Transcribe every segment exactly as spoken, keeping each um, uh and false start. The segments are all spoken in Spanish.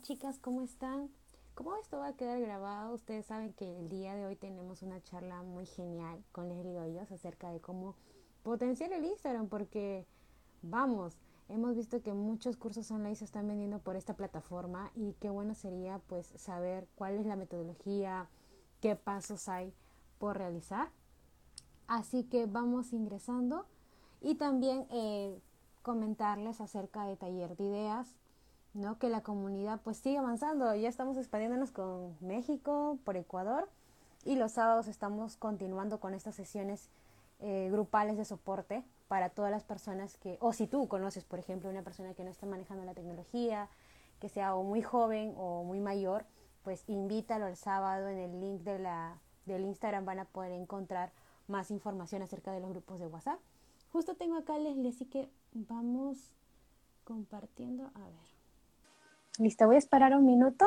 chicas, ¿cómo están? Como esto va a quedar grabado, ustedes saben que el día de hoy tenemos una charla muy genial con Leslie Hoyos acerca de cómo potenciar el Instagram, porque vamos, hemos visto que muchos cursos online se están vendiendo por esta plataforma y qué bueno sería pues saber cuál es la metodología, qué pasos hay por realizar. Así que vamos ingresando y también eh, comentarles acerca de taller de ideas, ¿no? Que la comunidad pues sigue avanzando. Ya estamos expandiéndonos con México, por Ecuador, y los sábados estamos continuando con estas sesiones eh, grupales de soporte para todas las personas que, o si tú conoces, por ejemplo, una persona que no está manejando la tecnología, que sea o muy joven o muy mayor, pues invítalo el sábado. En el link de la, del Instagram van a poder encontrar más información acerca de los grupos de WhatsApp. Justo tengo acá a Leslie, así que vamos compartiendo. A ver. Listo, voy a esperar un minuto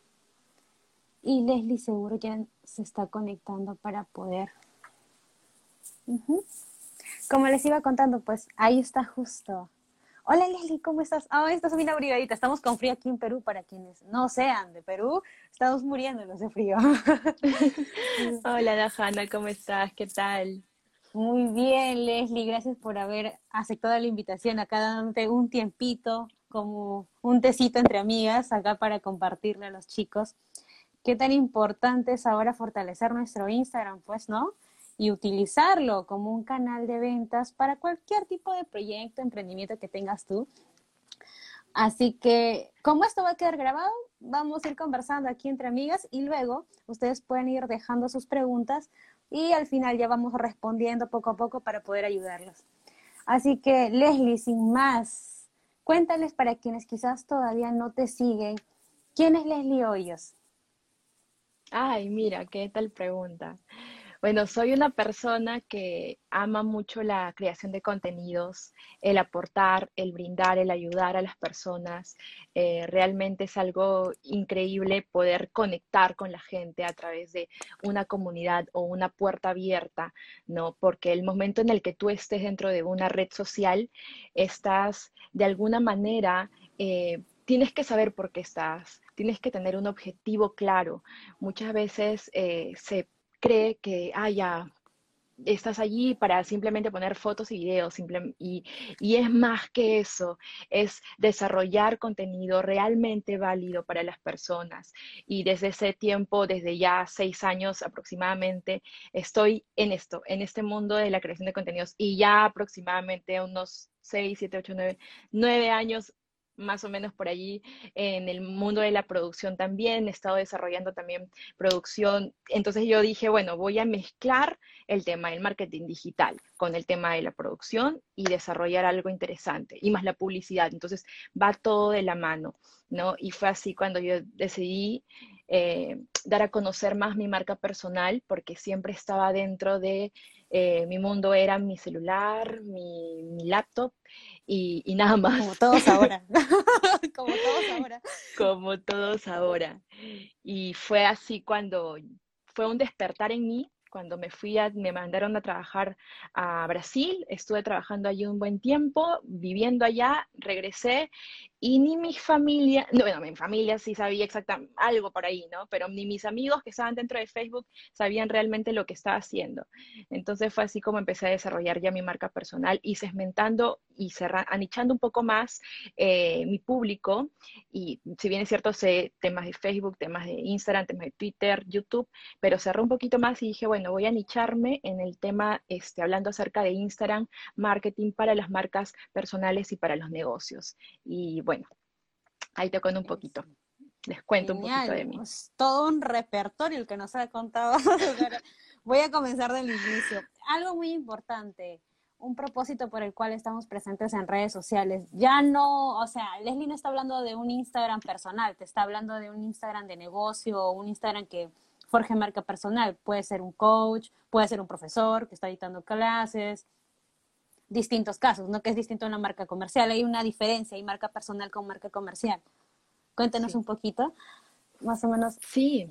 y Leslie seguro ya se está conectando para poder. Uh-huh. Como les iba contando, pues ahí está justo. Hola Leslie, ¿cómo estás? Ah, oh, estás bien abrigadita. Estamos con frío aquí en Perú, para quienes no sean de Perú, estamos muriéndonos de frío. Hola, Dajana, ¿cómo estás? ¿Qué tal? Muy bien, Leslie, gracias por haber aceptado la invitación, acá dándote un tiempito, como un tecito entre amigas, acá para compartirle a los chicos qué tan importante es ahora fortalecer nuestro Instagram, pues, ¿no? Y utilizarlo como un canal de ventas para cualquier tipo de proyecto, emprendimiento que tengas tú. Así que, como esto va a quedar grabado, vamos a ir conversando aquí entre amigas y luego ustedes pueden ir dejando sus preguntas y al final ya vamos respondiendo poco a poco para poder ayudarlos. Así que, Leslie, sin más, cuéntales para quienes quizás todavía no te siguen, ¿quién es Leslie Hoyos? Ay, mira, qué tal pregunta. Bueno, soy una persona que ama mucho la creación de contenidos, el aportar, el brindar, el ayudar a las personas. Eh, realmente es algo increíble poder conectar con la gente a través de una comunidad o una puerta abierta, ¿no? Porque el momento en el que tú estés dentro de una red social, estás de alguna manera... eh, Tienes que saber por qué estás, tienes que tener un objetivo claro. Muchas veces eh, se cree que, ah, ya, estás allí para simplemente poner fotos y videos, simple, y, y es más que eso, es desarrollar contenido realmente válido para las personas. Y desde ese tiempo, desde ya seis años aproximadamente, estoy en esto, en este mundo de la creación de contenidos, y ya aproximadamente unos seis, siete, ocho, nueve, nueve años más o menos por allí en el mundo de la producción también, he estado desarrollando también producción. Entonces yo dije, bueno, voy a mezclar el tema del marketing digital con el tema de la producción y desarrollar algo interesante, y más la publicidad. Entonces va todo de la mano, ¿no? Y fue así cuando yo decidí eh, dar a conocer más mi marca personal, porque siempre estaba dentro de eh, mi mundo, era mi celular, mi, mi laptop y, y nada Como más. todos ahora, como todos ahora. Como todos ahora. Y fue así cuando fue un despertar en mí, cuando me fui a, me mandaron a trabajar a Brasil, estuve trabajando allí un buen tiempo, viviendo allá, regresé y ni mi familia, no, bueno, mi familia sí sabía exactamente algo por ahí, ¿no? Pero ni mis amigos que estaban dentro de Facebook sabían realmente lo que estaba haciendo. Entonces fue así como empecé a desarrollar ya mi marca personal y segmentando y cerra, anichando un poco más eh, mi público. Y si bien es cierto, sé temas de Facebook, temas de Instagram, temas de Twitter, YouTube, pero cerré un poquito más y dije, bueno, voy a nicharme en el tema, este, hablando acerca de Instagram, marketing para las marcas personales y para los negocios. Y bueno, ahí te cuento un poquito, les cuento un poquito de Genial, mí. es todo un repertorio el que nos ha contado. Voy a comenzar del inicio. Algo muy importante, un propósito por el cual estamos presentes en redes sociales. Ya no, o sea, Leslie no está hablando de un Instagram personal, te está hablando de un Instagram de negocio o un Instagram que forje marca personal. Puede ser un coach, puede ser un profesor que está dictando clases, distintos casos, ¿no? Que es distinto a una marca comercial. Hay una diferencia, hay marca personal con marca comercial. Cuéntenos Sí, un poquito, más o menos. sí,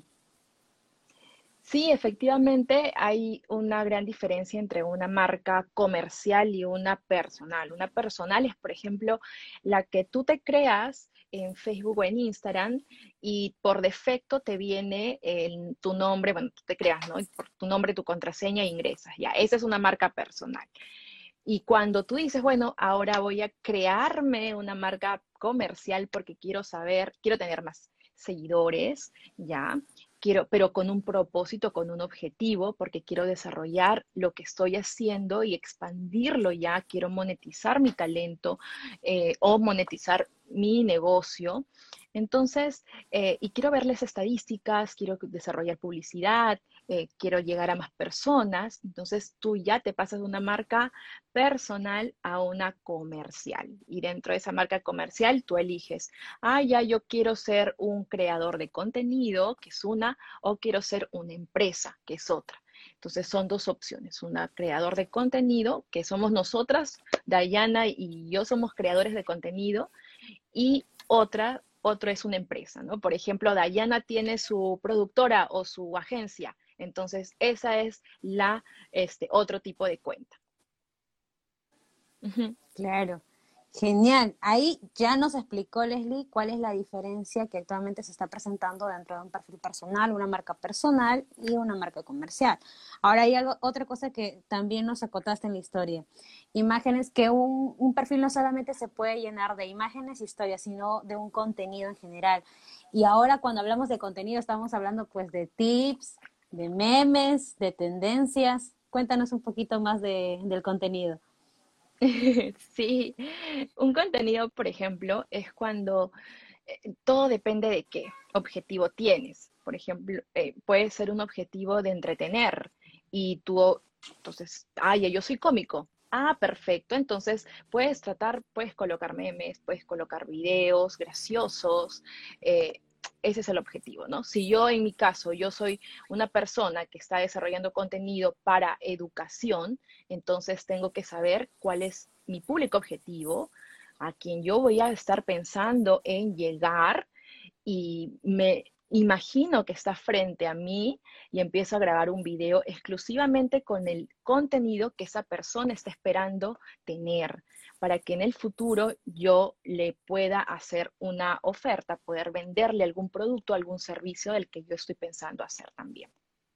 sí, efectivamente hay una gran diferencia entre una marca comercial y una personal. Una personal es, por ejemplo, la que tú te creas en Facebook o en Instagram y por defecto te viene el- tu nombre, bueno, tú te creas, ¿no? Y por tu nombre, tu contraseña e ingresas, ya, esa es una marca personal. Y cuando tú dices, bueno, ahora voy a crearme una marca comercial porque quiero saber, quiero tener más seguidores, ya, quiero, pero con un propósito, con un objetivo, porque quiero desarrollar lo que estoy haciendo y expandirlo ya, quiero monetizar mi talento eh, o monetizar mi negocio. Entonces, eh, y quiero ver las estadísticas, quiero desarrollar publicidad, eh, quiero llegar a más personas. Entonces, tú ya te pasas de una marca personal a una comercial. Y dentro de esa marca comercial, tú eliges, ah, ya yo quiero ser un creador de contenido, que es una, o quiero ser una empresa, que es otra. Entonces son dos opciones, una creador de contenido, que somos nosotras, Dayana y yo somos creadores de contenido, y otra, otro es una empresa, ¿no? Por ejemplo, Dayana tiene su productora o su agencia, entonces esa es la, este, otro tipo de cuenta. Ujú. Claro, genial. Ahí ya nos explicó Leslie cuál es la diferencia que actualmente se está presentando dentro de un perfil personal, una marca personal y una marca comercial. Ahora hay algo, otra cosa que también nos acotaste en la historia. Imágenes que un, un perfil no solamente se puede llenar de imágenes y historias, sino de un contenido en general. Y ahora cuando hablamos de contenido estamos hablando pues de tips, de memes, de tendencias. Cuéntanos un poquito más de, del contenido. Sí, un contenido, por ejemplo, es cuando eh, todo depende de qué objetivo tienes. Por ejemplo, eh, puede ser un objetivo de entretener y tú, entonces, ay, yo soy cómico. Ah, perfecto. Entonces, puedes tratar, puedes colocar memes, puedes colocar videos graciosos. eh, Ese es el objetivo, ¿no? Si yo, en mi caso, yo soy una persona que está desarrollando contenido para educación, entonces tengo que saber cuál es mi público objetivo, a quien yo voy a estar pensando en llegar y me imagino que está frente a mí y empiezo a grabar un video exclusivamente con el contenido que esa persona está esperando tener, para que en el futuro yo le pueda hacer una oferta, poder venderle algún producto, algún servicio del que yo estoy pensando hacer también.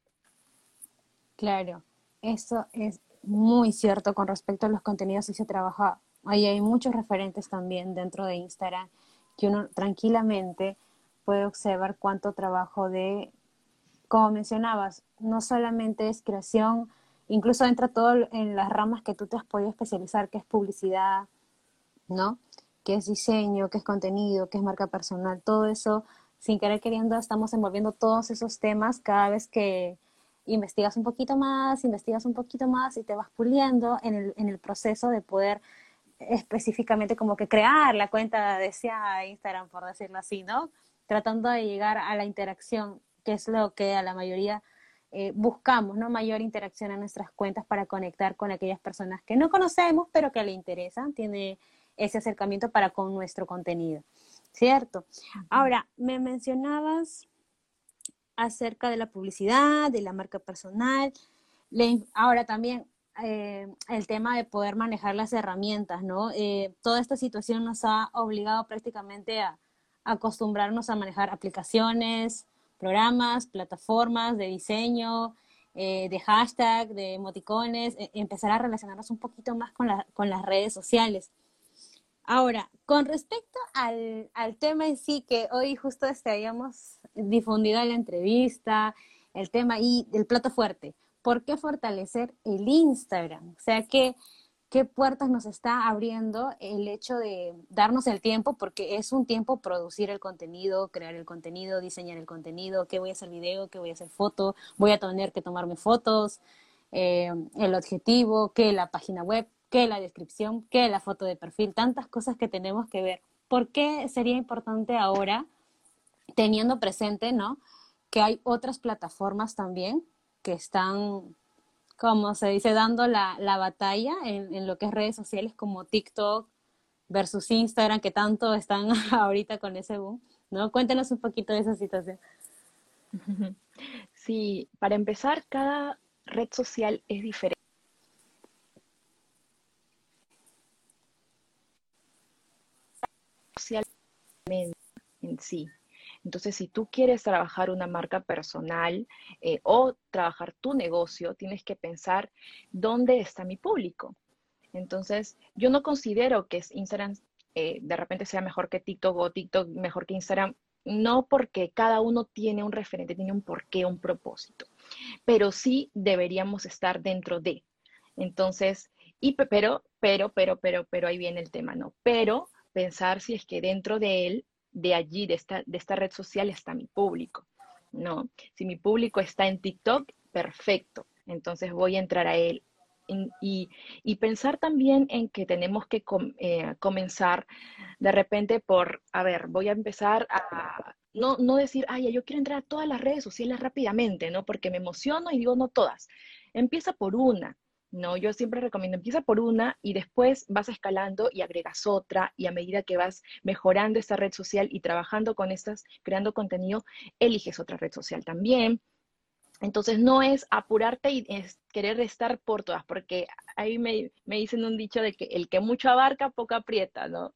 Claro, eso es muy cierto con respecto a los contenidos y se trabaja. Ahí hay muchos referentes también dentro de Instagram que uno tranquilamente puede observar cuánto trabajo de, como mencionabas, no solamente es creación, incluso entra todo en las ramas que tú te has podido especializar, que es publicidad, ¿no? Que es diseño, que es contenido, que es marca personal, todo eso, sin querer queriendo, estamos envolviendo todos esos temas cada vez que investigas un poquito más, investigas un poquito más y te vas puliendo en el, en el proceso de poder específicamente como que crear la cuenta deseada de Instagram, por decirlo así, ¿no? Tratando de llegar a la interacción, que es lo que a la mayoría eh, buscamos, ¿no? Mayor interacción en nuestras cuentas para conectar con aquellas personas que no conocemos, pero que le interesan, tiene ese acercamiento para con nuestro contenido, ¿cierto? Ahora, me mencionabas acerca de la publicidad, de la marca personal, le, ahora también eh, el tema de poder manejar las herramientas, ¿no? Eh, toda esta situación nos ha obligado prácticamente a, a acostumbrarnos a manejar aplicaciones, programas, plataformas de diseño, eh, de hashtag, de emoticones, eh, empezar a relacionarnos un poquito más con, la, con las redes sociales. Ahora, con respecto al, al tema en sí que hoy justo este habíamos difundido en la entrevista, el tema y del plato fuerte, ¿por qué fortalecer el Instagram? O sea, ¿qué, qué puertas nos está abriendo el hecho de darnos el tiempo? Porque es un tiempo producir el contenido, crear el contenido, diseñar el contenido, qué voy a hacer video, qué voy a hacer foto, voy a tener que tomarme fotos, eh, el objetivo, que la página web, que la descripción, que la foto de perfil, tantas cosas que tenemos que ver. ¿Por qué sería importante ahora, teniendo presente, ¿no? Que hay otras plataformas también que están, como se dice, dando la, la batalla en, en, lo que es redes sociales como TikTok versus Instagram, que tanto están ahorita con ese boom, ¿no? Cuéntenos un poquito de esa situación. Sí, para empezar, cada red social es diferente. en sí. Entonces, si tú quieres trabajar una marca personal eh, o trabajar tu negocio, tienes que pensar dónde está mi público. Entonces, yo no considero que Instagram eh, de repente sea mejor que TikTok o TikTok mejor que Instagram, no porque cada uno tiene un referente, tiene un porqué, un propósito, pero sí deberíamos estar dentro de. Entonces, y, pero, pero, pero, pero, pero ahí viene el tema, ¿no? Pero pensar si es que dentro de él, de allí, de esta, de esta red social está mi público, ¿no? Si mi público está en TikTok, perfecto, entonces voy a entrar a él. Y, y pensar también en que tenemos que com, eh, comenzar de repente por, a ver, voy a empezar a no, no decir, ay, yo quiero entrar a todas las redes sociales rápidamente, ¿no? Porque me emociono y digo, no todas. Empieza por una, ¿no? Yo siempre recomiendo, empieza por una y después vas escalando y agregas otra y a medida que vas mejorando esta red social y trabajando con estas, creando contenido, eliges otra red social también. Entonces no es apurarte y es querer estar por todas, porque ahí me, me dicen un dicho de que el que mucho abarca, poco aprieta, ¿no?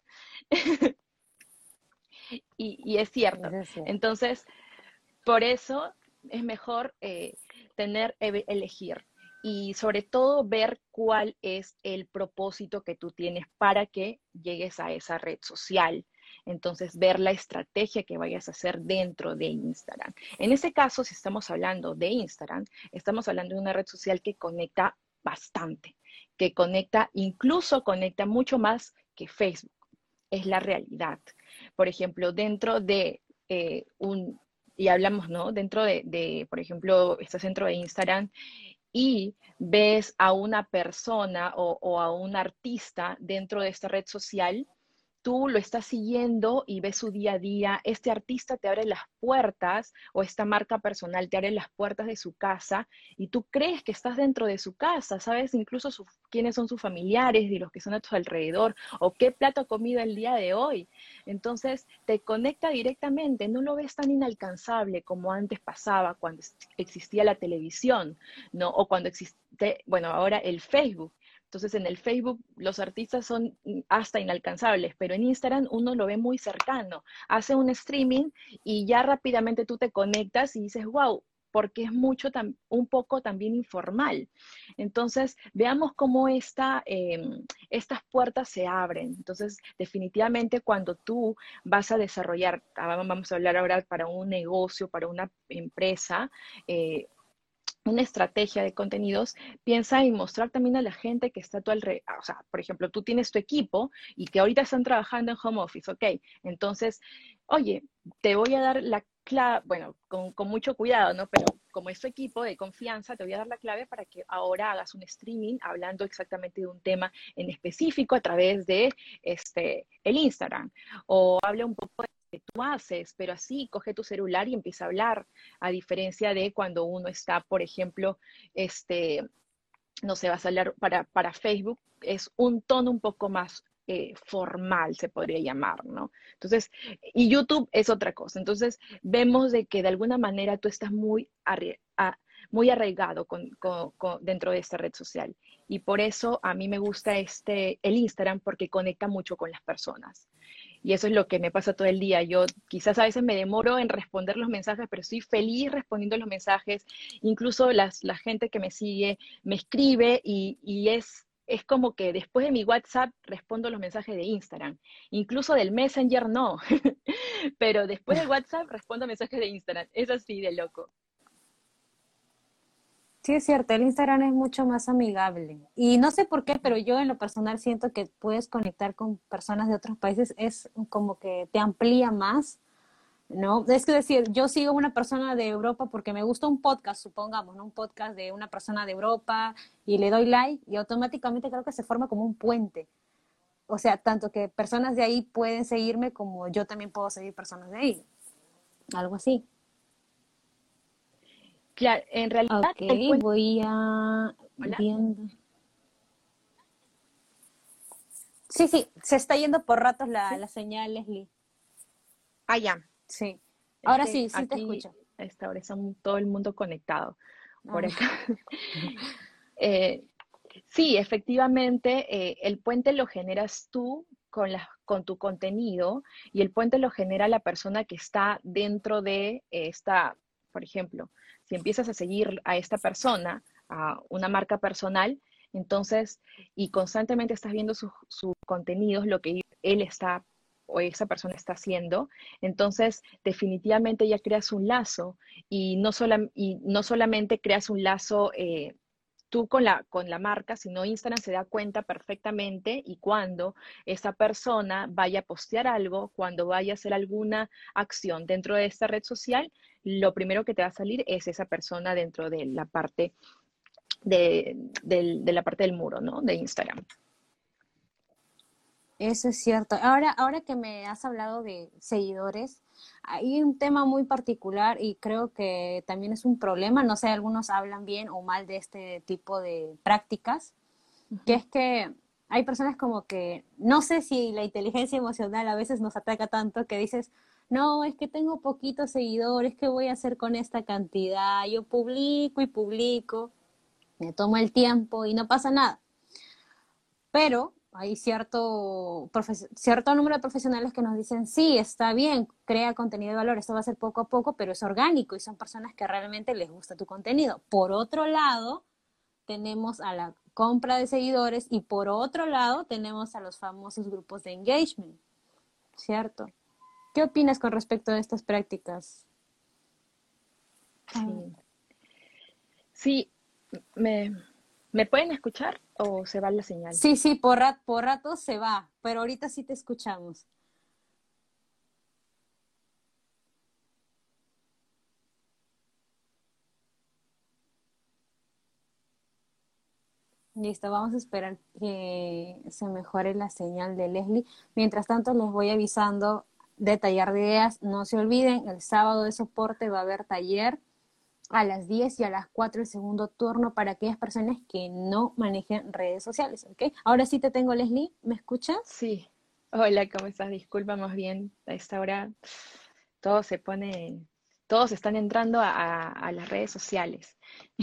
y, y, es cierto. Eso es cierto. Entonces, por eso es mejor eh, tener, elegir y sobre todo ver cuál es el propósito que tú tienes para que llegues a esa red social. Entonces, ver la estrategia que vayas a hacer dentro de Instagram. En ese caso, si estamos hablando de Instagram, estamos hablando de una red social que conecta bastante, que conecta, incluso conecta mucho más que Facebook. Es la realidad. Por ejemplo, dentro de eh, un, y hablamos, ¿no? Dentro de, de, por ejemplo, estás dentro de Instagram y ves a una persona o, o a un artista dentro de esta red social, tú lo estás siguiendo y ves su día a día, este artista te abre las puertas o esta marca personal te abre las puertas de su casa y tú crees que estás dentro de su casa, sabes incluso su, quiénes son sus familiares y los que son a tu alrededor o qué plato ha comido el día de hoy. Entonces te conecta directamente, no lo ves tan inalcanzable como antes pasaba cuando existía la televisión, ¿no? O cuando existe, bueno, ahora el Facebook. Entonces en el Facebook los artistas son hasta inalcanzables, pero en Instagram uno lo ve muy cercano. Hace un streaming y ya rápidamente tú te conectas y dices, wow, porque es mucho, un poco también informal. Entonces, veamos cómo esta, eh, estas puertas se abren. Entonces, definitivamente cuando tú vas a desarrollar, vamos a hablar ahora para un negocio, para una empresa, eh, una estrategia de contenidos, piensa en mostrar también a la gente que está a tu alrededor. O sea, por ejemplo, tú tienes tu equipo y que ahorita están trabajando en home office, ¿ok? Entonces, oye, te voy a dar la clave, bueno, con, con mucho cuidado, ¿no? Pero como es tu equipo de confianza, te voy a dar la clave para que ahora hagas un streaming hablando exactamente de un tema en específico a través de este, el Instagram. O hable un poco de que tú haces, pero así coge tu celular y empieza a hablar, a diferencia de cuando uno está, por ejemplo, este, no sé, vas a hablar para, para Facebook, es un tono un poco más eh, formal, se podría llamar, ¿no? Entonces, y YouTube es otra cosa. Entonces, vemos de que de alguna manera tú estás muy, arre, a, muy arraigado con, con, con, dentro de esta red social. Y por eso a mí me gusta este, el Instagram porque conecta mucho con las personas. Y eso es lo que me pasa todo el día. Yo quizás a veces me demoro en responder los mensajes, pero estoy feliz respondiendo los mensajes. Incluso las, la gente que me sigue me escribe y, y es, es como que después de mi WhatsApp respondo los mensajes de Instagram. Incluso del Messenger no, pero después del WhatsApp respondo mensajes de Instagram. Es así de loco. Sí, es cierto, el Instagram es mucho más amigable. Y no sé por qué, pero yo en lo personal siento que puedes conectar con personas de otros países, es como que te amplía más, ¿no? Es decir, yo sigo a una persona de Europa porque me gusta un podcast, supongamos, ¿no? Un podcast de una persona de Europa y le doy like y automáticamente creo que se forma como un puente. O sea, tanto que personas de ahí pueden seguirme como yo también puedo seguir personas de ahí. Algo así. Claro, en realidad Ok, el puente... voy a Hola. viendo. Sí, sí, se está yendo por ratos la, ¿Sí? la señal, Leslie. Ah, ya. Sí. Es Ahora que sí, sí te aquí escucho. a esta hora está todo el mundo conectado por Ah, acá. eh, sí, efectivamente, eh, el puente lo generas tú con, la, con tu contenido y el puente lo genera la persona que está dentro de esta, por ejemplo, si empiezas a seguir a esta persona, a una marca personal, entonces, y constantemente estás viendo sus su contenidos, lo que él está o esa persona está haciendo, entonces definitivamente ya creas un lazo y no, sola, y no solamente creas un lazo eh, tú con la, con la marca, sino Instagram se da cuenta perfectamente y cuando esa persona vaya a postear algo, cuando vaya a hacer alguna acción dentro de esta red social, lo primero que te va a salir es esa persona dentro de la parte de, de, de la parte del muro, ¿no? De Instagram. Eso es cierto. Ahora, ahora que me has hablado de seguidores, hay un tema muy particular y creo que también es un problema. No sé, algunos hablan bien o mal de este tipo de prácticas, que es que hay personas como que, no sé si la inteligencia emocional a veces nos ataca tanto que dices, no, es que tengo poquitos seguidores, ¿qué voy a hacer con esta cantidad? Yo publico y publico, me tomo el tiempo y no pasa nada. Pero hay cierto, cierto número de profesionales que nos dicen, sí, está bien, crea contenido de valor, esto va a ser poco a poco, pero es orgánico y son personas que realmente les gusta tu contenido. Por otro lado, tenemos a la compra de seguidores y por otro lado tenemos a los famosos grupos de engagement, ¿cierto? ¿Qué opinas con respecto a estas prácticas? Sí, sí, me, ¿me pueden escuchar o se va la señal? Sí, sí, por, rat, por rato se va, pero ahorita sí te escuchamos. Listo, vamos a esperar que se mejore la señal de Leslie. Mientras tanto, les voy avisando de taller de ideas. No se olviden, el sábado de soporte va a haber taller a las diez y a las cuatro el segundo turno para aquellas personas que no manejen redes sociales, ¿ok? Ahora sí te tengo, Leslie, ¿me escuchas? Sí. Hola, ¿cómo estás? Disculpa, más bien, a esta hora todo se pone, todos están entrando a, a- a las redes sociales.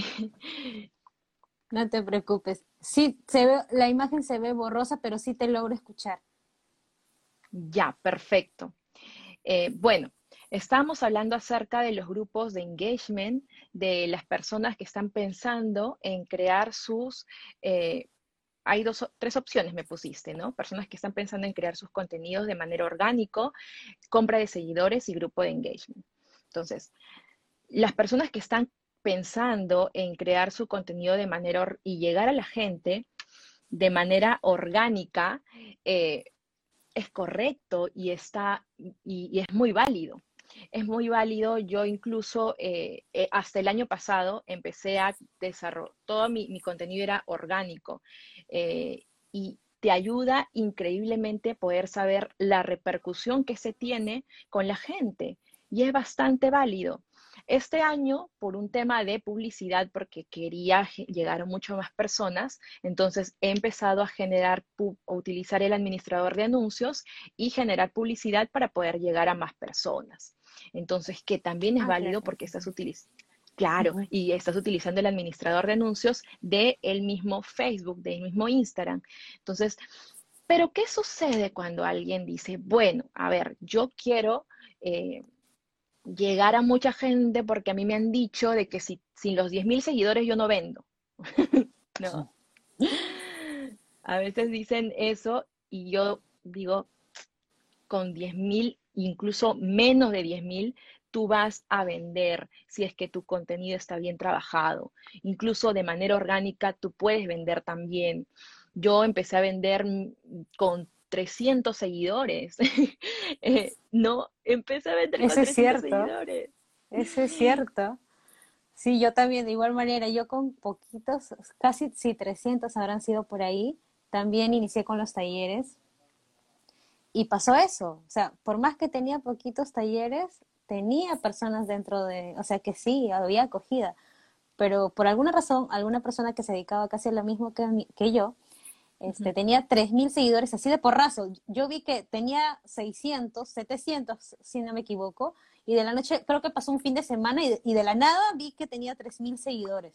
No te preocupes. Sí, se ve, la imagen se ve borrosa, pero sí te logro escuchar. Ya, perfecto. Eh, bueno, estábamos hablando acerca de los grupos de engagement, de las personas que están pensando en crear sus, eh, hay dos, tres opciones me pusiste, ¿no? Personas que están pensando en crear sus contenidos de manera orgánico, compra de seguidores y grupo de engagement. Entonces, las personas que están pensando en crear su contenido de manera y llegar a la gente de manera orgánica, eh, es correcto y está y, y, es muy válido. Es muy válido. Yo incluso eh, eh, hasta el año pasado empecé a desarrollar, todo mi, mi contenido era orgánico eh, y te ayuda increíblemente poder saber la repercusión que se tiene con la gente y es bastante válido. Este año, por un tema de publicidad, porque quería llegar a mucho más personas, entonces he empezado a generar, a utilizar el administrador de anuncios y generar publicidad para poder llegar a más personas. Entonces, que también es Ah, válido claro. porque estás utilizando, claro, Uh-huh. y estás utilizando el administrador de anuncios del mismo Facebook, del mismo Instagram. Entonces, pero ¿qué sucede cuando alguien dice, bueno, a ver, yo quiero eh, llegar a mucha gente porque a mí me han dicho de que si, sin los diez mil seguidores yo no vendo, ¿no? A veces dicen eso y yo digo, con diez mil, incluso menos de diez mil, tú vas a vender si es que tu contenido está bien trabajado. Incluso de manera orgánica, tú puedes vender también. Yo empecé a vender con trescientos seguidores. eh, no, empecé a vender con Eso es trescientos cierto, seguidores. eso es cierto. Sí, yo también, de igual manera, yo con poquitos, casi sí, trescientos habrán sido por ahí, también inicié con los talleres y pasó eso, o sea, por más que tenía poquitos talleres, tenía personas dentro de, o sea, que sí, había acogida, pero por alguna razón, alguna persona que se dedicaba casi a lo mismo que, mi- que yo, este, Ujú. tenía tres mil seguidores así de porrazo. Yo vi que tenía seiscientos, setecientos, si no me equivoco, y de la noche, creo que pasó un fin de semana y de, y de la nada vi que tenía tres mil seguidores.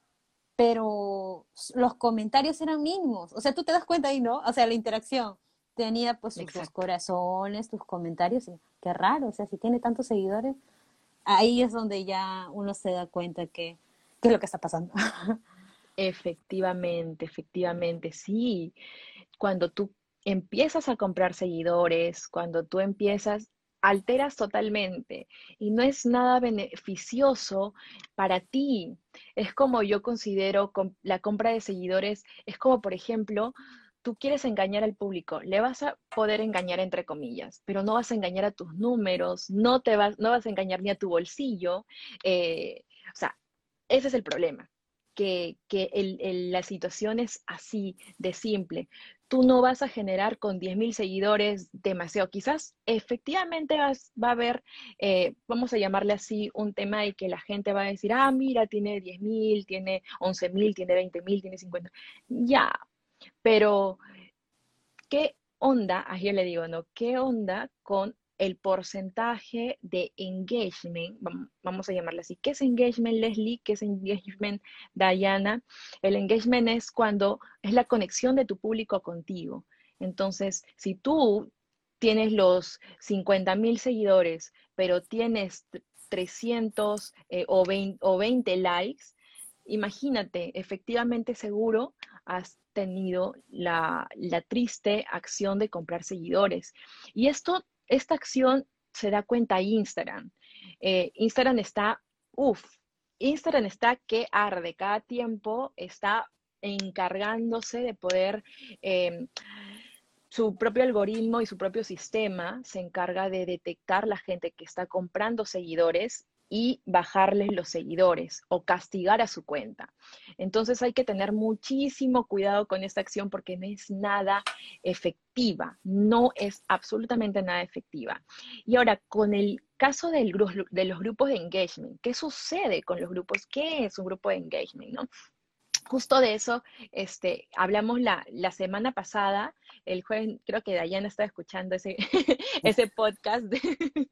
Pero los comentarios eran mínimos. O sea, tú te das cuenta ahí, ¿no? O sea, la interacción. tenía pues sus dos exacto. corazones, tus comentarios, y qué raro, o sea, si tiene tantos seguidores, ahí es donde ya uno se da cuenta que, qué es lo que está pasando. Efectivamente, efectivamente, sí. Cuando tú empiezas a comprar seguidores, cuando tú empiezas, alteras totalmente y no es nada beneficioso para ti. Es como yo considero com- la compra de seguidores, es como, por ejemplo, tú quieres engañar al público, le vas a poder engañar entre comillas, pero no vas a engañar a tus números, no te vas, no vas a engañar ni a tu bolsillo. eh, o sea, ese es el problema. Que, que el- el- la situación es así de simple. Tú no vas a generar con diez mil seguidores demasiado. Quizás efectivamente vas- va a haber, eh, vamos a llamarle así, un tema de que la gente va a decir, ah, mira, tiene diez mil, tiene once mil, tiene veinte mil, tiene cincuenta. Ya, pero ¿qué onda? A yo le digo, ¿no? ¿Qué onda con el porcentaje de engagement? Vam- Vamos a llamarle así. ¿Qué es engagement, Leslie? ¿Qué es engagement, Diana? El engagement es cuando es la conexión de tu público contigo. Entonces, si tú tienes los cincuenta mil seguidores, pero tienes trescientos eh, o veinte, o veinte likes, imagínate, efectivamente seguro has tenido la, la triste acción de comprar seguidores. Y esto, esta acción se da cuenta Instagram. Eh, Instagram está, uff, Instagram está que arde, cada tiempo está encargándose de poder eh, su propio algoritmo y su propio sistema se encarga de detectar la gente que está comprando seguidores y bajarles los seguidores o castigar a su cuenta. Entonces hay que tener muchísimo cuidado con esta acción porque no es nada efectiva, no es absolutamente nada efectiva. Y ahora, con el caso del, de los grupos de engagement, ¿qué sucede con los grupos? ¿Qué es un grupo de engagement? ¿No? Justo de eso este, hablamos la, la semana pasada, el jueves, creo que Dayana estaba escuchando ese, ese podcast de,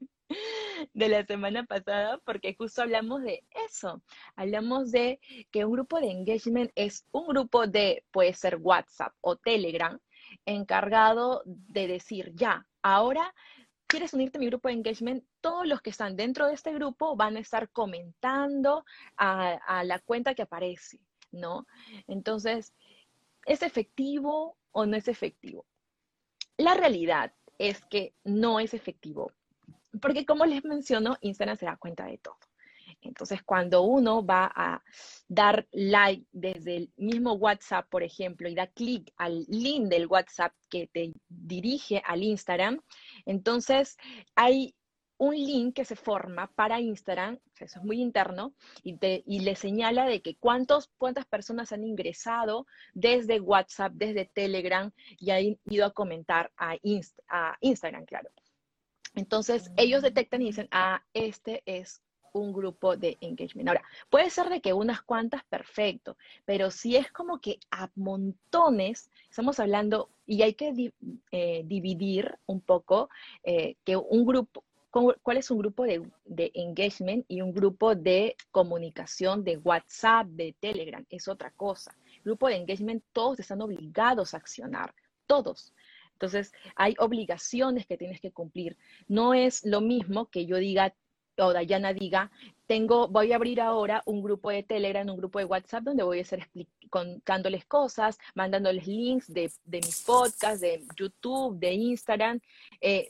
de la semana pasada, porque justo hablamos de eso, hablamos de que un grupo de engagement es un grupo de, puede ser WhatsApp o Telegram, encargado de decir, ya, ahora quieres unirte a mi grupo de engagement, todos los que están dentro de este grupo van a estar comentando a, a la cuenta que aparece, ¿no? Entonces, ¿es efectivo o no es efectivo? La realidad es que no es efectivo, porque como les menciono, Instagram se da cuenta de todo. Entonces, cuando uno va a dar like desde el mismo WhatsApp, por ejemplo, y da clic al link del WhatsApp que te dirige al Instagram, entonces hay un link que se forma para Instagram, eso es muy interno, y, te, y le señala de que cuántos, cuántas personas han ingresado desde WhatsApp, desde Telegram, y han ido a comentar a, Inst a Instagram, claro. Entonces, ellos detectan y dicen, ah, este es un grupo de engagement. Ahora, puede ser de que unas cuantas, perfecto, pero si es como que a montones, estamos hablando, y hay que di eh, dividir un poco, eh, que un grupo, cuál es un grupo de, de engagement y un grupo de comunicación de WhatsApp, de Telegram, es otra cosa. Grupo de engagement, todos están obligados a accionar, todos. Entonces, hay obligaciones que tienes que cumplir. No es lo mismo que yo diga, o Dayana diga, tengo, voy a abrir ahora un grupo de Telegram, un grupo de WhatsApp donde voy a estar contándoles cosas, mandándoles links de, de mis podcasts, de YouTube, de Instagram. Eh,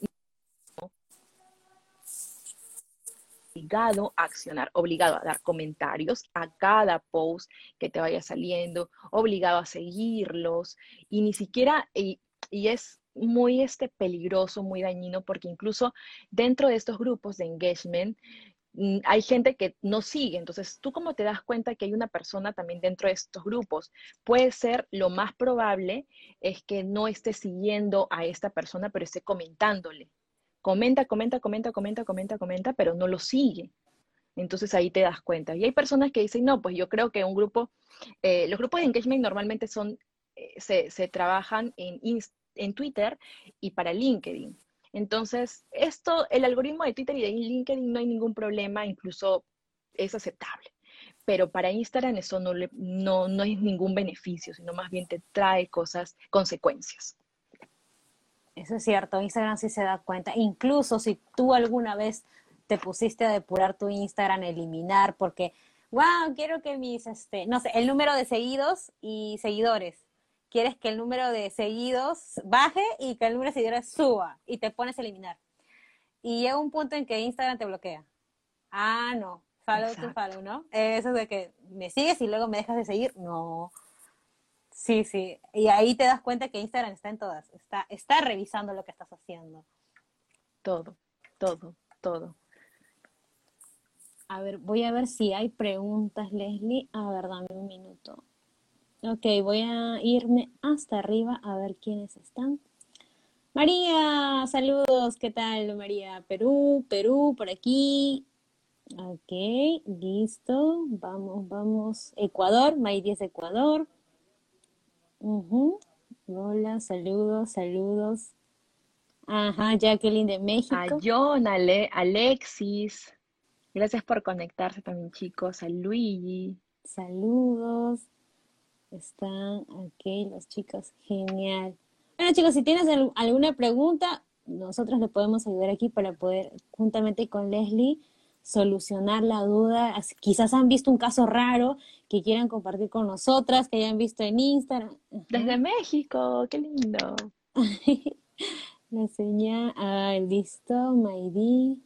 obligado a accionar, obligado a dar comentarios a cada post que te vaya saliendo, obligado a seguirlos y ni siquiera, y, y es muy este, peligroso, muy dañino, porque incluso dentro de estos grupos de engagement mm, hay gente que no sigue. Entonces, ¿tú cómo te das cuenta que hay una persona también dentro de estos grupos? Puede ser, lo más probable es que no esté siguiendo a esta persona, pero esté comentándole. Comenta, comenta, comenta, comenta, comenta, comenta, pero no lo sigue. Entonces ahí te das cuenta. Y hay personas que dicen, no, pues yo creo que un grupo, eh, los grupos de engagement normalmente son, eh, se, se, trabajan en, en Twitter y para LinkedIn. Entonces, esto, el algoritmo de Twitter y de LinkedIn no hay ningún problema, incluso es aceptable. Pero para Instagram eso no, le, no, no es ningún beneficio, sino más bien te trae cosas, consecuencias. Eso es cierto, Instagram sí se da cuenta. Incluso si tú alguna vez te pusiste a depurar tu Instagram, eliminar, porque, wow, quiero que mis, este, no sé, el número de seguidos y seguidores. Quieres que el número de seguidos baje y que el número de seguidores suba y te pones a eliminar. Y llega un punto en que Instagram te bloquea. Ah, no, follow to Exacto. follow, ¿no? Eso de que me sigues y luego me dejas de seguir. No, sí, sí. Y ahí te das cuenta que Instagram está en todas. Está, está revisando lo que estás haciendo. Todo, todo, todo. A ver, voy a ver si hay preguntas, Leslie. A ver, dame un minuto. Ok, voy a irme hasta arriba a ver quiénes están. María, saludos. ¿Qué tal, María? Perú, Perú, por aquí. Ok, listo. Vamos, vamos. Ecuador, Mayri es de Ecuador. Ujú. Hola, saludos, saludos. Ajá, Jacqueline de A México. John, Ale, Alexis. Gracias por conectarse también, chicos. A Luigi. Saludos. Están aquí los chicos. Genial. Bueno, chicos, si tienes al- alguna pregunta, nosotros le podemos ayudar aquí para poder, juntamente con Leslie, solucionar la duda. As- Quizás han visto un caso raro que quieran compartir con nosotras, que hayan visto en Instagram. Ajá. Desde México, qué lindo. La señal. Ah, listo, Maydi.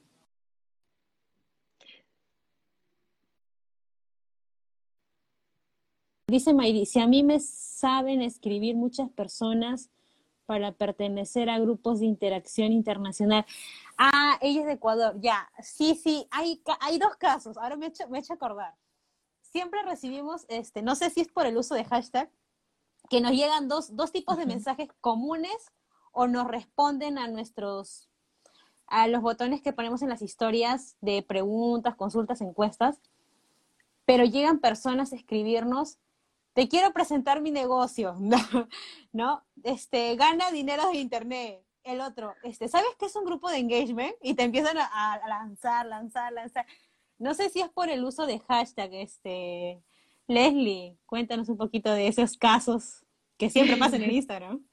Dice Mayri, si a mí me saben escribir muchas personas para pertenecer a grupos de interacción internacional. Ah, ella es de Ecuador, ya. Sí, sí, hay, hay dos casos. Ahora me he hecho, me he hecho acordar. Siempre recibimos, este, no sé si es por el uso de hashtag, que nos llegan dos, dos tipos de Ujú. mensajes comunes o nos responden a nuestros, a los botones que ponemos en las historias de preguntas, consultas, encuestas, pero llegan personas a escribirnos, te quiero presentar mi negocio, ¿no? ¿No? Este, gana dinero de internet. El otro, este, ¿sabes qué es un grupo de engagement? Y te empiezan a, a lanzar, lanzar, lanzar. No sé si es por el uso de hashtag, este, Leslie, cuéntanos un poquito de esos casos que siempre pasan en Instagram.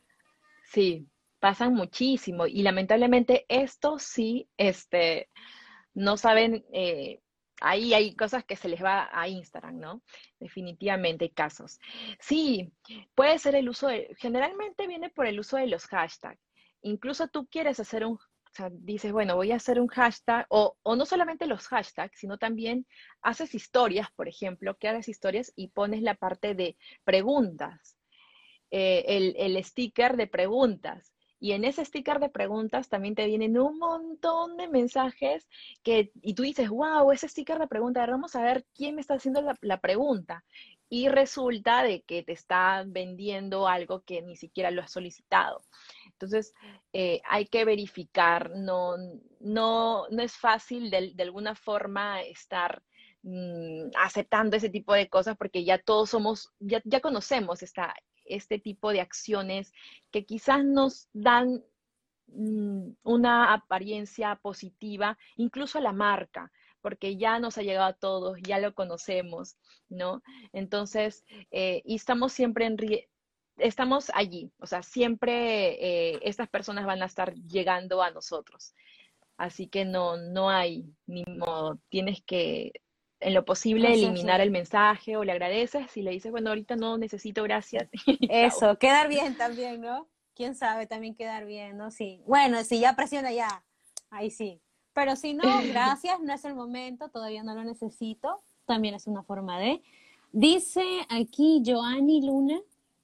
Sí, pasan muchísimo y lamentablemente esto sí, este, no saben, eh, ahí hay cosas que se les va a Instagram, ¿no? Definitivamente hay casos. Sí, puede ser el uso de, generalmente viene por el uso de los hashtags. Incluso tú quieres hacer un, o sea, dices, bueno, voy a hacer un hashtag, o, o no solamente los hashtags, sino también haces historias, por ejemplo, que hagas historias y pones la parte de preguntas, eh, el, el sticker de preguntas. Y en ese sticker de preguntas también te vienen un montón de mensajes que, y tú dices, wow, ese sticker de preguntas, vamos a ver quién me está haciendo la, la pregunta. Y resulta de que te está vendiendo algo que ni siquiera lo has solicitado. Entonces, eh, hay que verificar, no, no, no es fácil de, de alguna forma estar mm, aceptando ese tipo de cosas porque ya todos somos, ya, ya conocemos esta, este tipo de acciones que quizás nos dan mm, una apariencia positiva, incluso a la marca, porque ya nos ha llegado a todos, ya lo conocemos, ¿no? Entonces, eh, y estamos siempre en, estamos allí, o sea, siempre eh, estas personas van a estar llegando a nosotros. Así que no, no hay ni modo, tienes que en lo posible eliminar Hacerse el mensaje o le agradeces y le dices, bueno, ahorita no necesito, gracias y chao. eso, quedar bien también, ¿no? Quién sabe, también quedar bien, ¿no? Sí. Bueno, si ya presiona ya, ahí sí. Pero si no, gracias, no es el momento, todavía no lo necesito. También es una forma de. Dice aquí Joanny Luna,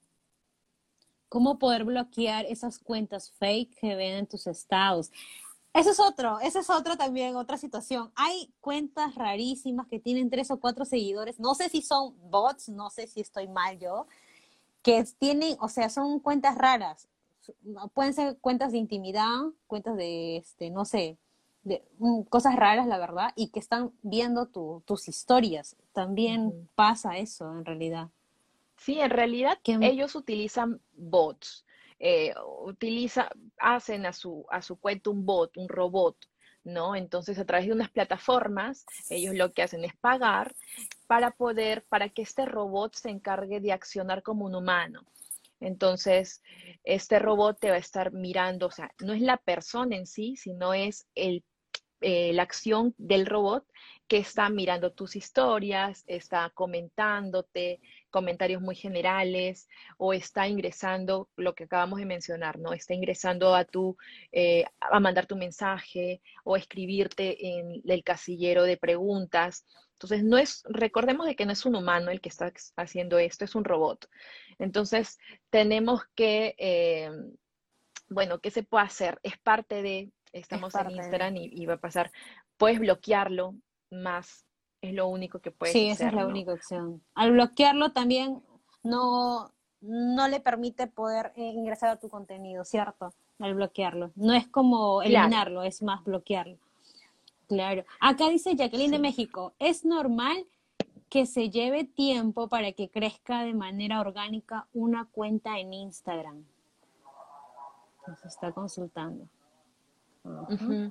¿cómo poder bloquear esas cuentas fake que ven en tus estados? Eso es otro, esa es otra también, otra situación. Hay cuentas rarísimas que tienen tres o cuatro seguidores. No sé si son bots, no sé si estoy mal yo, que tienen, o sea, son cuentas raras. Pueden ser cuentas de intimidad, cuentas de, este, no sé, de um, cosas raras, la verdad, y que están viendo tu, tus historias. También Ujú. pasa eso, en realidad. Sí, en realidad Que, ellos utilizan bots, eh, utiliza, hacen a su, a su cuenta un bot, un robot, ¿no? Entonces, a través de unas plataformas, ellos lo que hacen es pagar para poder, para que este robot se encargue de accionar como un humano. Entonces, este robot te va a estar mirando, o sea, no es la persona en sí, sino es el eh, la acción del robot que está mirando tus historias, está comentándote comentarios muy generales o está ingresando lo que acabamos de mencionar, ¿no? Está ingresando a tu, eh, a mandar tu mensaje o escribirte en el casillero de preguntas. Entonces, no es, recordemos de que no es un humano el que está haciendo esto, es un robot. Entonces, tenemos que, eh, bueno, ¿qué se puede hacer? Es parte de, Es estamos en parte de... Instagram y, y va a pasar, puedes bloquearlo más, es lo único que puedes Sí, esa es hacer, la ¿no? única opción. Al bloquearlo también no, no le permite poder eh, ingresar a tu contenido, ¿cierto? Al bloquearlo. No es como Claro, eliminarlo, es más bloquearlo. Claro. Acá dice Jacqueline de sí. México, es normal que se lleve tiempo para que crezca de manera orgánica una cuenta en Instagram. Nos está consultando. Ajá. Ujú.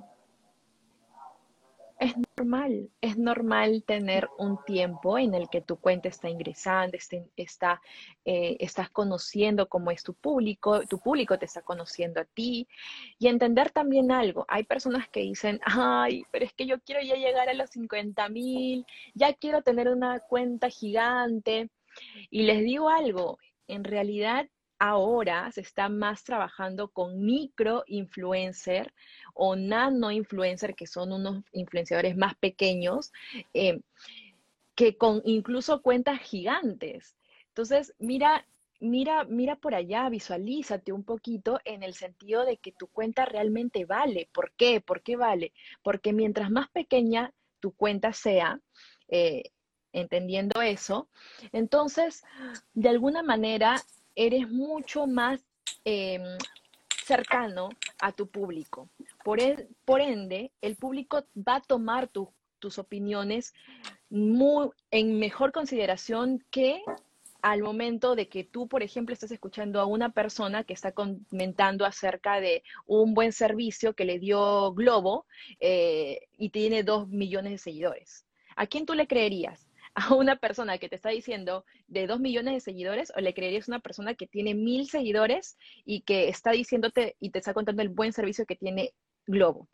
Es normal, es normal tener un tiempo en el que tu cuenta está ingresando, este- está, eh, estás conociendo cómo es tu público, tu público te está conociendo a ti y entender también algo. Hay personas que dicen, ay, pero es que yo quiero ya llegar a los cincuenta mil, ya quiero tener una cuenta gigante. Y les digo algo, en realidad ahora se está más trabajando con micro influencer o nano influencer, que son unos influenciadores más pequeños, eh, que con incluso cuentas gigantes. Entonces, mira, mira, mira por allá, visualízate un poquito en el sentido de que tu cuenta realmente vale. ¿Por qué? ¿Por qué vale? Porque mientras más pequeña tu cuenta sea, eh, entendiendo eso, entonces, de alguna manera, eres mucho más eh, cercano a tu público. Por, el, por ende, el público va a tomar tu, tus opiniones muy, en mejor consideración que al momento de que tú, por ejemplo, estás escuchando a una persona que está comentando acerca de un buen servicio que le dio Globo eh, y tiene dos millones de seguidores. ¿A quién tú le creerías? ¿A una persona que te está diciendo de dos millones de seguidores o le creerías a una persona que tiene mil seguidores y que está diciéndote y te está contando el buen servicio que tiene Globo?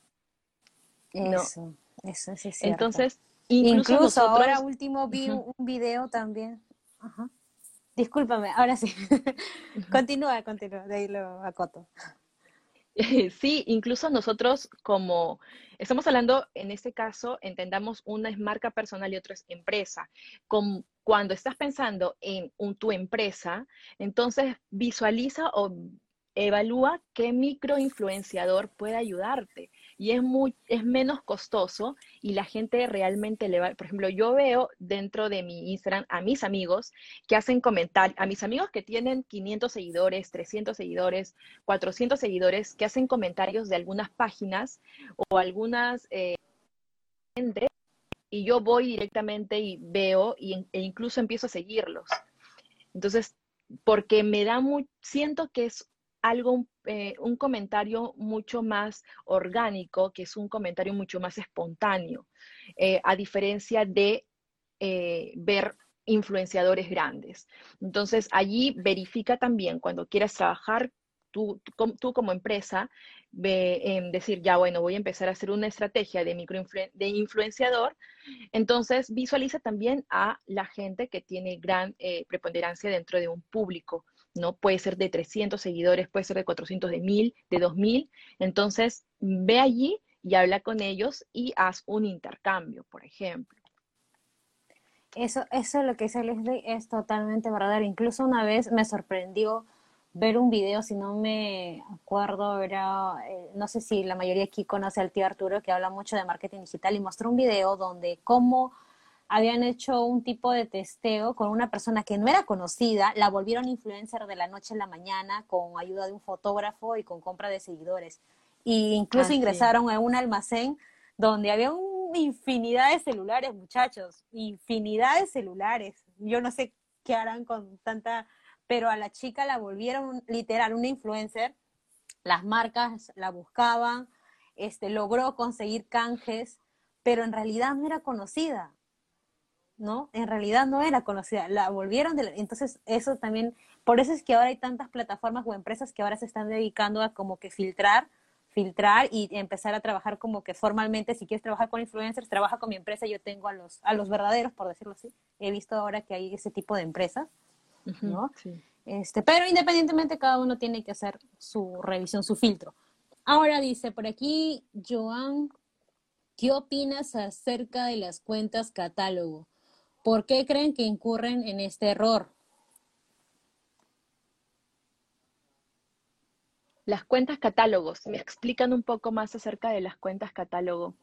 No. Eso, eso sí es cierto. Entonces, incluso Incluso ahora nosotros, último vi uh-huh, un video también. Ajá. Discúlpame, ahora sí. uh-huh. Continúa, continúa, de ahí lo acoto. Sí, incluso nosotros como estamos hablando, en este caso, entendamos una es marca personal y otra es empresa. Con, cuando estás pensando en un, tu empresa, entonces visualiza o evalúa qué microinfluenciador puede ayudarte. Y es, muy, es menos costoso y la gente realmente le va, por ejemplo, yo veo dentro de mi Instagram a mis amigos que hacen comentarios, a mis amigos que tienen quinientos seguidores, trescientos seguidores, cuatrocientos seguidores que hacen comentarios de algunas páginas o algunas eh, y yo voy directamente y veo y, e incluso empiezo a seguirlos. Entonces, porque me da muy, siento que es algo, eh, un comentario mucho más orgánico, que es un comentario mucho más espontáneo, eh, a diferencia de eh, ver influenciadores grandes. Entonces, allí verifica también cuando quieras trabajar tú, tú, tú como empresa, ve, eh, decir, ya bueno, voy a empezar a hacer una estrategia de, microinflu de influenciador, entonces visualiza también a la gente que tiene gran eh, preponderancia dentro de un público, ¿no? Puede ser de trescientos seguidores, puede ser de cuatrocientos, de mil, de dos mil. Entonces, ve allí y habla con ellos y haz un intercambio, por ejemplo. Eso, eso es lo que dice Leslie, es totalmente verdadero. Incluso una vez me sorprendió ver un video, si no me acuerdo, era, eh, no sé si la mayoría aquí conoce al tío Arturo, que habla mucho de marketing digital, y mostró un video donde cómo habían hecho un tipo de testeo con una persona que no era conocida, la volvieron influencer de la noche a la mañana con ayuda de un fotógrafo y con compra de seguidores. Y incluso Ah, sí. ingresaron a un almacén donde había una infinidad de celulares, muchachos, infinidad de celulares. Yo no sé qué harán con tanta, pero a la chica la volvieron literal una influencer, las marcas la buscaban, este, logró conseguir canjes, pero en realidad no era conocida. ¿no? En realidad no era conocida, la volvieron de la, entonces eso también, por eso es que ahora hay tantas plataformas o empresas que ahora se están dedicando a como que filtrar, filtrar y empezar a trabajar como que formalmente, si quieres trabajar con influencers, trabaja con mi empresa, yo tengo a los, a los verdaderos, por decirlo así. He visto ahora que hay ese tipo de empresas, Ujú, ¿no? sí. Este, pero independientemente cada uno tiene que hacer su revisión, su filtro. Ahora dice por aquí, Joan, ¿qué opinas acerca de las cuentas catálogo? ¿Por qué creen que incurren en este error? Las cuentas catálogos, ¿me explican un poco más acerca de las cuentas catálogo?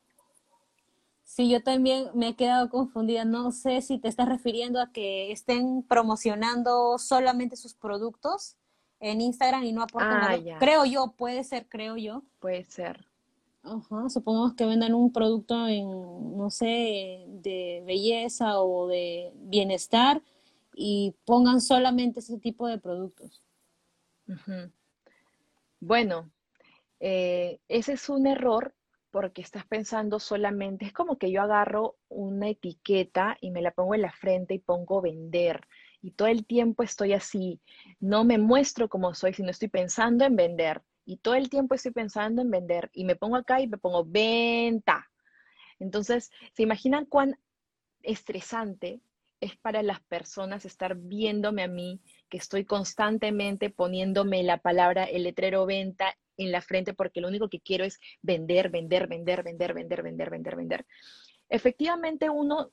Sí, yo también me he quedado confundida. No sé si te estás refiriendo a que estén promocionando solamente sus productos en Instagram y no aporten Ah, valor. ya, Creo yo, puede ser, creo yo. puede ser. Ajá, supongamos que vendan un producto en, no sé, de belleza o de bienestar y pongan solamente ese tipo de productos. Ujú. Bueno, eh, ese es un error porque estás pensando solamente, es como que yo agarro una etiqueta y me la pongo en la frente y pongo vender. Y todo el tiempo estoy así, no me muestro como soy, sino estoy pensando en vender. Y todo el tiempo estoy pensando en vender. Y me pongo acá y me pongo venta. Entonces, ¿se imaginan cuán estresante es para las personas estar viéndome a mí, que estoy constantemente poniéndome la palabra, el letrero venta en la frente, porque lo único que quiero es vender, vender, vender, vender, vender, vender, vender, vender? Efectivamente, uno,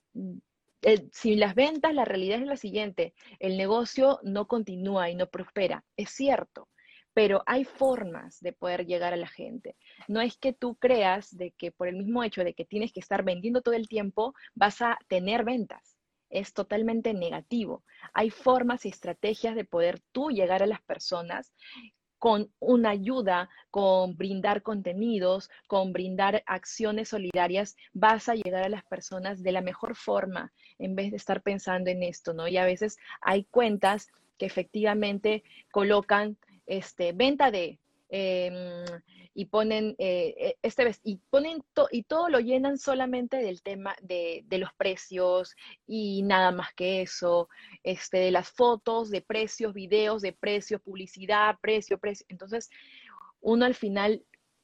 eh, sin las ventas, la realidad es la siguiente, el negocio no continúa y no prospera, es cierto, pero hay formas de poder llegar a la gente. No es que tú creas de que por el mismo hecho de que tienes que estar vendiendo todo el tiempo, vas a tener ventas. Es totalmente negativo. Hay formas y estrategias de poder tú llegar a las personas con una ayuda, con brindar contenidos, con brindar acciones solidarias, vas a llegar a las personas de la mejor forma en vez de estar pensando en esto, ¿no? Y a veces hay cuentas que efectivamente colocan este, venta de, eh, y ponen eh, este y ponen to, y todo lo llenan solamente del tema de, de los precios y nada más que eso, este, de las fotos, de precios, videos, de precios, publicidad, precio, precio. Entonces, uno al final,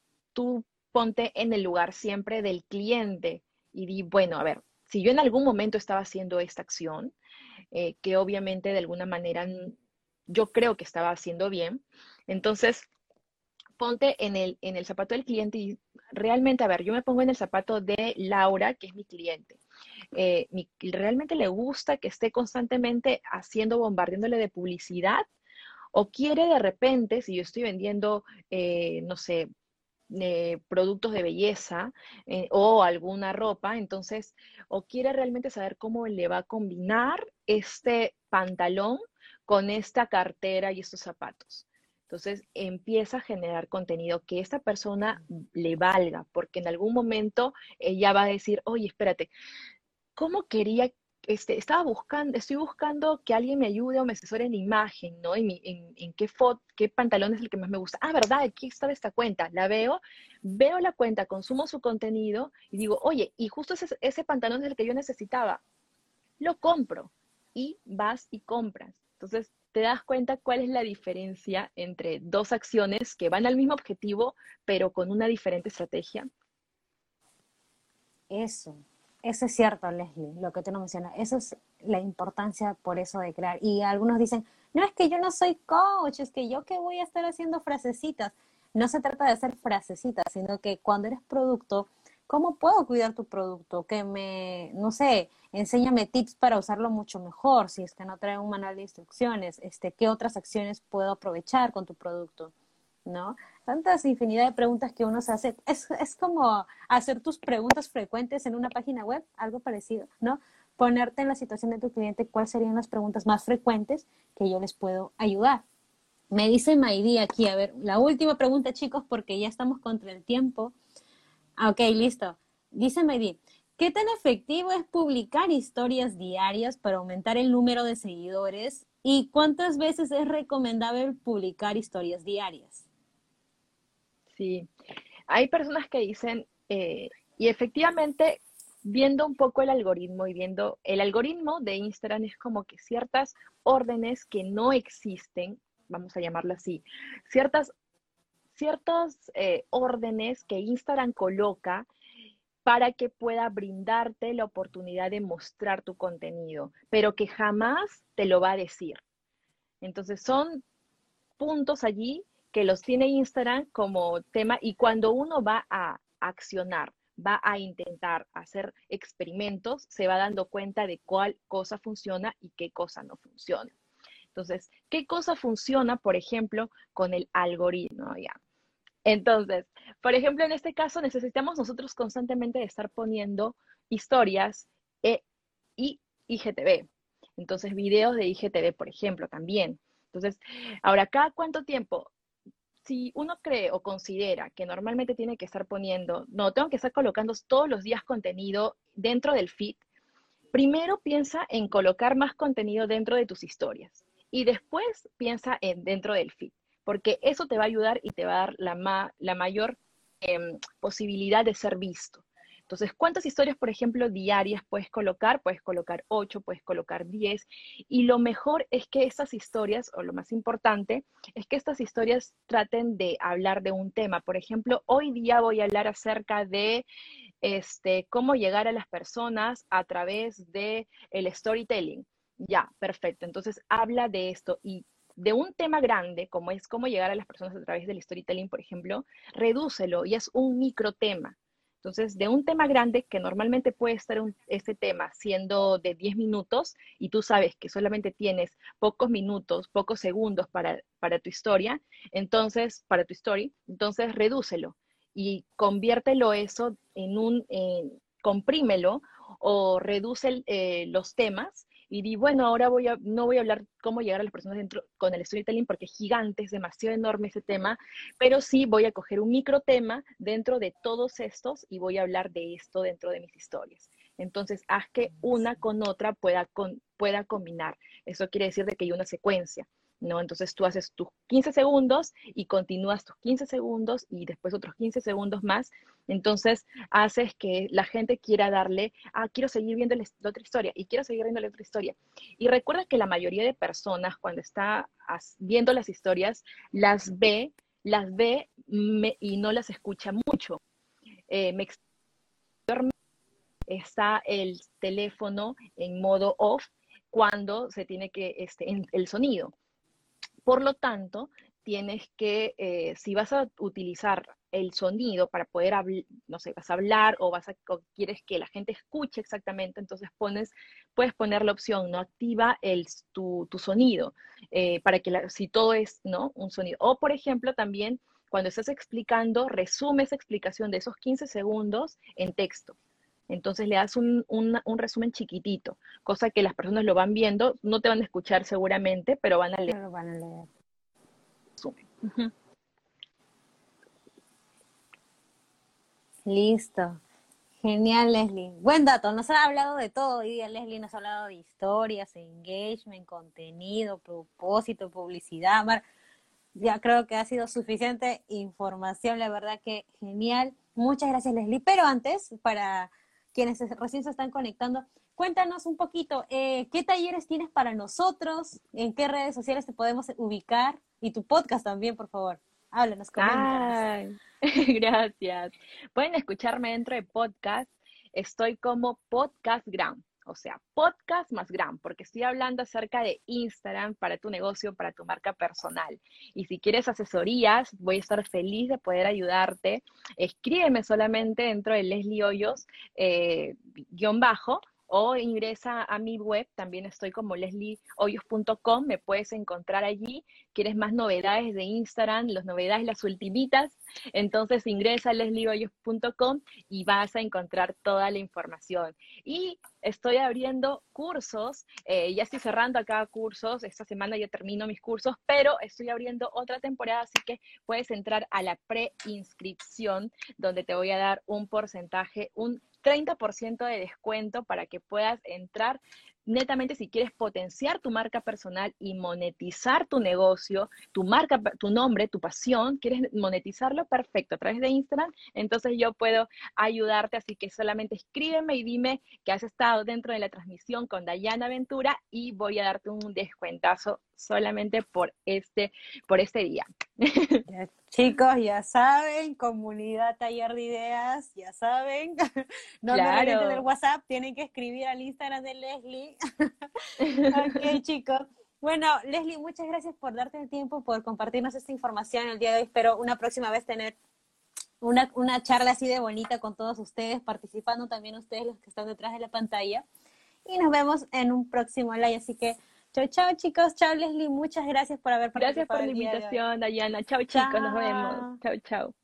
tú ponte en el lugar siempre del cliente y di, bueno, a ver, si yo en algún momento estaba haciendo esta acción, eh, que obviamente de alguna manera yo creo que estaba haciendo bien, entonces ponte en el, en el zapato del cliente y realmente, a ver, yo me pongo en el zapato de Laura, que es mi cliente. Eh, mi, ¿realmente le gusta que esté constantemente haciendo, bombardeándole de publicidad? ¿O quiere de repente, si yo estoy vendiendo, eh, no sé, eh, productos de belleza eh, o alguna ropa, entonces, o quiere realmente saber cómo le va a combinar este pantalón con esta cartera y estos zapatos? Entonces empieza a generar contenido que esta persona le valga, porque en algún momento ella va a decir, oye, espérate, ¿cómo quería, este, estaba buscando, estoy buscando que alguien me ayude o me asesore en imagen, ¿no? En, mi- en, en qué foto, qué pantalón es el que más me gusta. Ah, ¿verdad? Aquí está esta cuenta. La veo, veo la cuenta, consumo su contenido y digo, oye, y justo ese, ese pantalón es el que yo necesitaba. Lo compro y vas y compras. Entonces, te das cuenta cuál es la diferencia entre dos acciones que van al mismo objetivo, pero con una diferente estrategia. Eso, eso es cierto, Leslie, lo que tú nos mencionas. Eso es la importancia por eso de crear. Y algunos dicen, no, es que yo no soy coach, es que yo que voy a estar haciendo frasecitas. No se trata de hacer frasecitas, sino que cuando eres producto, ¿cómo puedo cuidar tu producto? Que me, no sé, enséñame tips para usarlo mucho mejor, si es que no trae un manual de instrucciones, este, ¿qué otras acciones puedo aprovechar con tu producto? ¿No? Tantas infinidad de preguntas que uno se hace. Es, es como hacer tus preguntas frecuentes en una página web, algo parecido, ¿no? Ponerte en la situación de tu cliente, cuáles serían las preguntas más frecuentes que yo les puedo ayudar. Me dice Maidí aquí, a ver, la última pregunta, chicos, porque ya estamos contra el tiempo. Ah, ok, listo. Dice Maidí, ¿qué tan efectivo es publicar historias diarias para aumentar el número de seguidores? ¿Y cuántas veces es recomendable publicar historias diarias? Sí, hay personas que dicen, eh, y efectivamente viendo un poco el algoritmo y viendo el algoritmo de Instagram es como que ciertas órdenes que no existen, vamos a llamarlo así, ciertas, ciertas eh, órdenes que Instagram coloca para que pueda brindarte la oportunidad de mostrar tu contenido, pero que jamás te lo va a decir. Entonces son puntos allí que los tiene Instagram como tema y cuando uno va a accionar, va a intentar hacer experimentos, se va dando cuenta de cuál cosa funciona y qué cosa no funciona. Entonces, ¿qué cosa funciona, por ejemplo, con el algoritmo? ¿Ya? Entonces, por ejemplo, en este caso necesitamos nosotros constantemente de estar poniendo historias e, y I G T V. Entonces, videos de I G T V, por ejemplo, también. Entonces, ahora, ¿cada cuánto tiempo? Si uno cree o considera que normalmente tiene que estar poniendo, no, tengo que estar colocando todos los días contenido dentro del feed, primero piensa en colocar más contenido dentro de tus historias y después piensa en dentro del feed, porque eso te va a ayudar y te va a dar la, ma la mayor eh, posibilidad de ser visto. Entonces, ¿cuántas historias, por ejemplo, diarias puedes colocar? Puedes colocar ocho, puedes colocar diez. Y lo mejor es que estas historias, o lo más importante, es que estas historias traten de hablar de un tema. Por ejemplo, hoy día voy a hablar acerca de este, cómo llegar a las personas a través de el storytelling. Ya, perfecto. Entonces, habla de esto y de un tema grande, como es cómo llegar a las personas a través del storytelling, por ejemplo, redúcelo y es un micro tema. Entonces, de un tema grande que normalmente puede estar un, este tema siendo de diez minutos y tú sabes que solamente tienes pocos minutos, pocos segundos para, para tu historia, entonces, para tu story, entonces redúcelo y conviértelo eso en un, eh, comprímelo o reduce el, eh, los temas y di, bueno, ahora voy a, no voy a hablar cómo llegar a las personas dentro con el storytelling porque es gigante, es demasiado enorme ese tema, pero sí voy a coger un micro tema dentro de todos estos y voy a hablar de esto dentro de mis historias. Entonces, haz que una con otra pueda, con, pueda combinar. Eso quiere decir de que hay una secuencia. ¿No? Entonces tú haces tus quince segundos y continúas tus quince segundos y después otros quince segundos más. Entonces haces que la gente quiera darle, ah, quiero seguir viendo la otra historia y quiero seguir viendo la otra historia. Y recuerda que la mayoría de personas cuando está viendo las historias, las ve, las ve me, y no las escucha mucho. Eh, me está el teléfono en modo off cuando se tiene que, este, en el sonido. Por lo tanto, tienes que, eh, si vas a utilizar el sonido para poder, no sé, vas a hablar o, vas a, o quieres que la gente escuche exactamente, entonces pones, puedes poner la opción, ¿no? Activa el, tu, tu sonido, eh, para que la, si todo es, ¿no? Un sonido. O, por ejemplo, también cuando estás explicando, resume esa explicación de esos quince segundos en texto. Entonces le das un, un, un resumen chiquitito, cosa que las personas lo van viendo, no te van a escuchar seguramente, pero van a leer. Pero van a leer. Uh-huh. Listo. Genial, Leslie. Buen dato. Nos ha hablado de todo hoy día. Leslie nos ha hablado de historias, engagement, contenido, propósito, publicidad. Mar, ya creo que ha sido suficiente información. La verdad que genial. Muchas gracias, Leslie. Pero antes, para quienes recién se están conectando, cuéntanos un poquito, eh, ¿qué talleres tienes para nosotros? ¿En qué redes sociales te podemos ubicar? Y tu podcast también, por favor. Háblanos, coméntanos. Ay, gracias. Pueden escucharme dentro de podcast. Estoy como Podcast Gram, o sea, podcast más Gram, porque estoy hablando acerca de Instagram para tu negocio, para tu marca personal. Y si quieres asesorías, voy a estar feliz de poder ayudarte. Escríbeme solamente dentro de Leslie Hoyos, eh, guión bajo, o ingresa a mi web, también estoy como leslie hoyos punto com, me puedes encontrar allí. ¿Quieres más novedades de Instagram? Las novedades, las ultimitas, entonces ingresa a leslie hoyos punto com y vas a encontrar toda la información. Y estoy abriendo cursos, eh, ya estoy cerrando acá cursos, esta semana ya termino mis cursos, pero estoy abriendo otra temporada, así que puedes entrar a la preinscripción, donde te voy a dar un porcentaje, un treinta por ciento de descuento para que puedas entrar netamente si quieres potenciar tu marca personal y monetizar tu negocio, tu marca, tu nombre, tu pasión, quieres monetizarlo, perfecto, a través de Instagram, entonces yo puedo ayudarte, así que solamente escríbeme y dime que has estado dentro de la transmisión con Dayana Ventura y voy a darte un descuentazo solamente por este, por este día. Ya, chicos, ya saben, comunidad Taller de Ideas, ya saben, no me revienten el Claro. WhatsApp, tienen que escribir al Instagram de Leslie. Ok, chicos. Bueno, Leslie, muchas gracias por darte el tiempo, por compartirnos esta información el día de hoy. Espero una próxima vez tener una, una charla así de bonita con todos ustedes, participando también ustedes los que están detrás de la pantalla. Y nos vemos en un próximo live. Así que, chao, chao, chicos. Chao, Leslie. Muchas gracias por haber Gracias participado por la el día de hoy. invitación, Dayana. Chao, chicos, nos vemos. Chao. Chao, chao.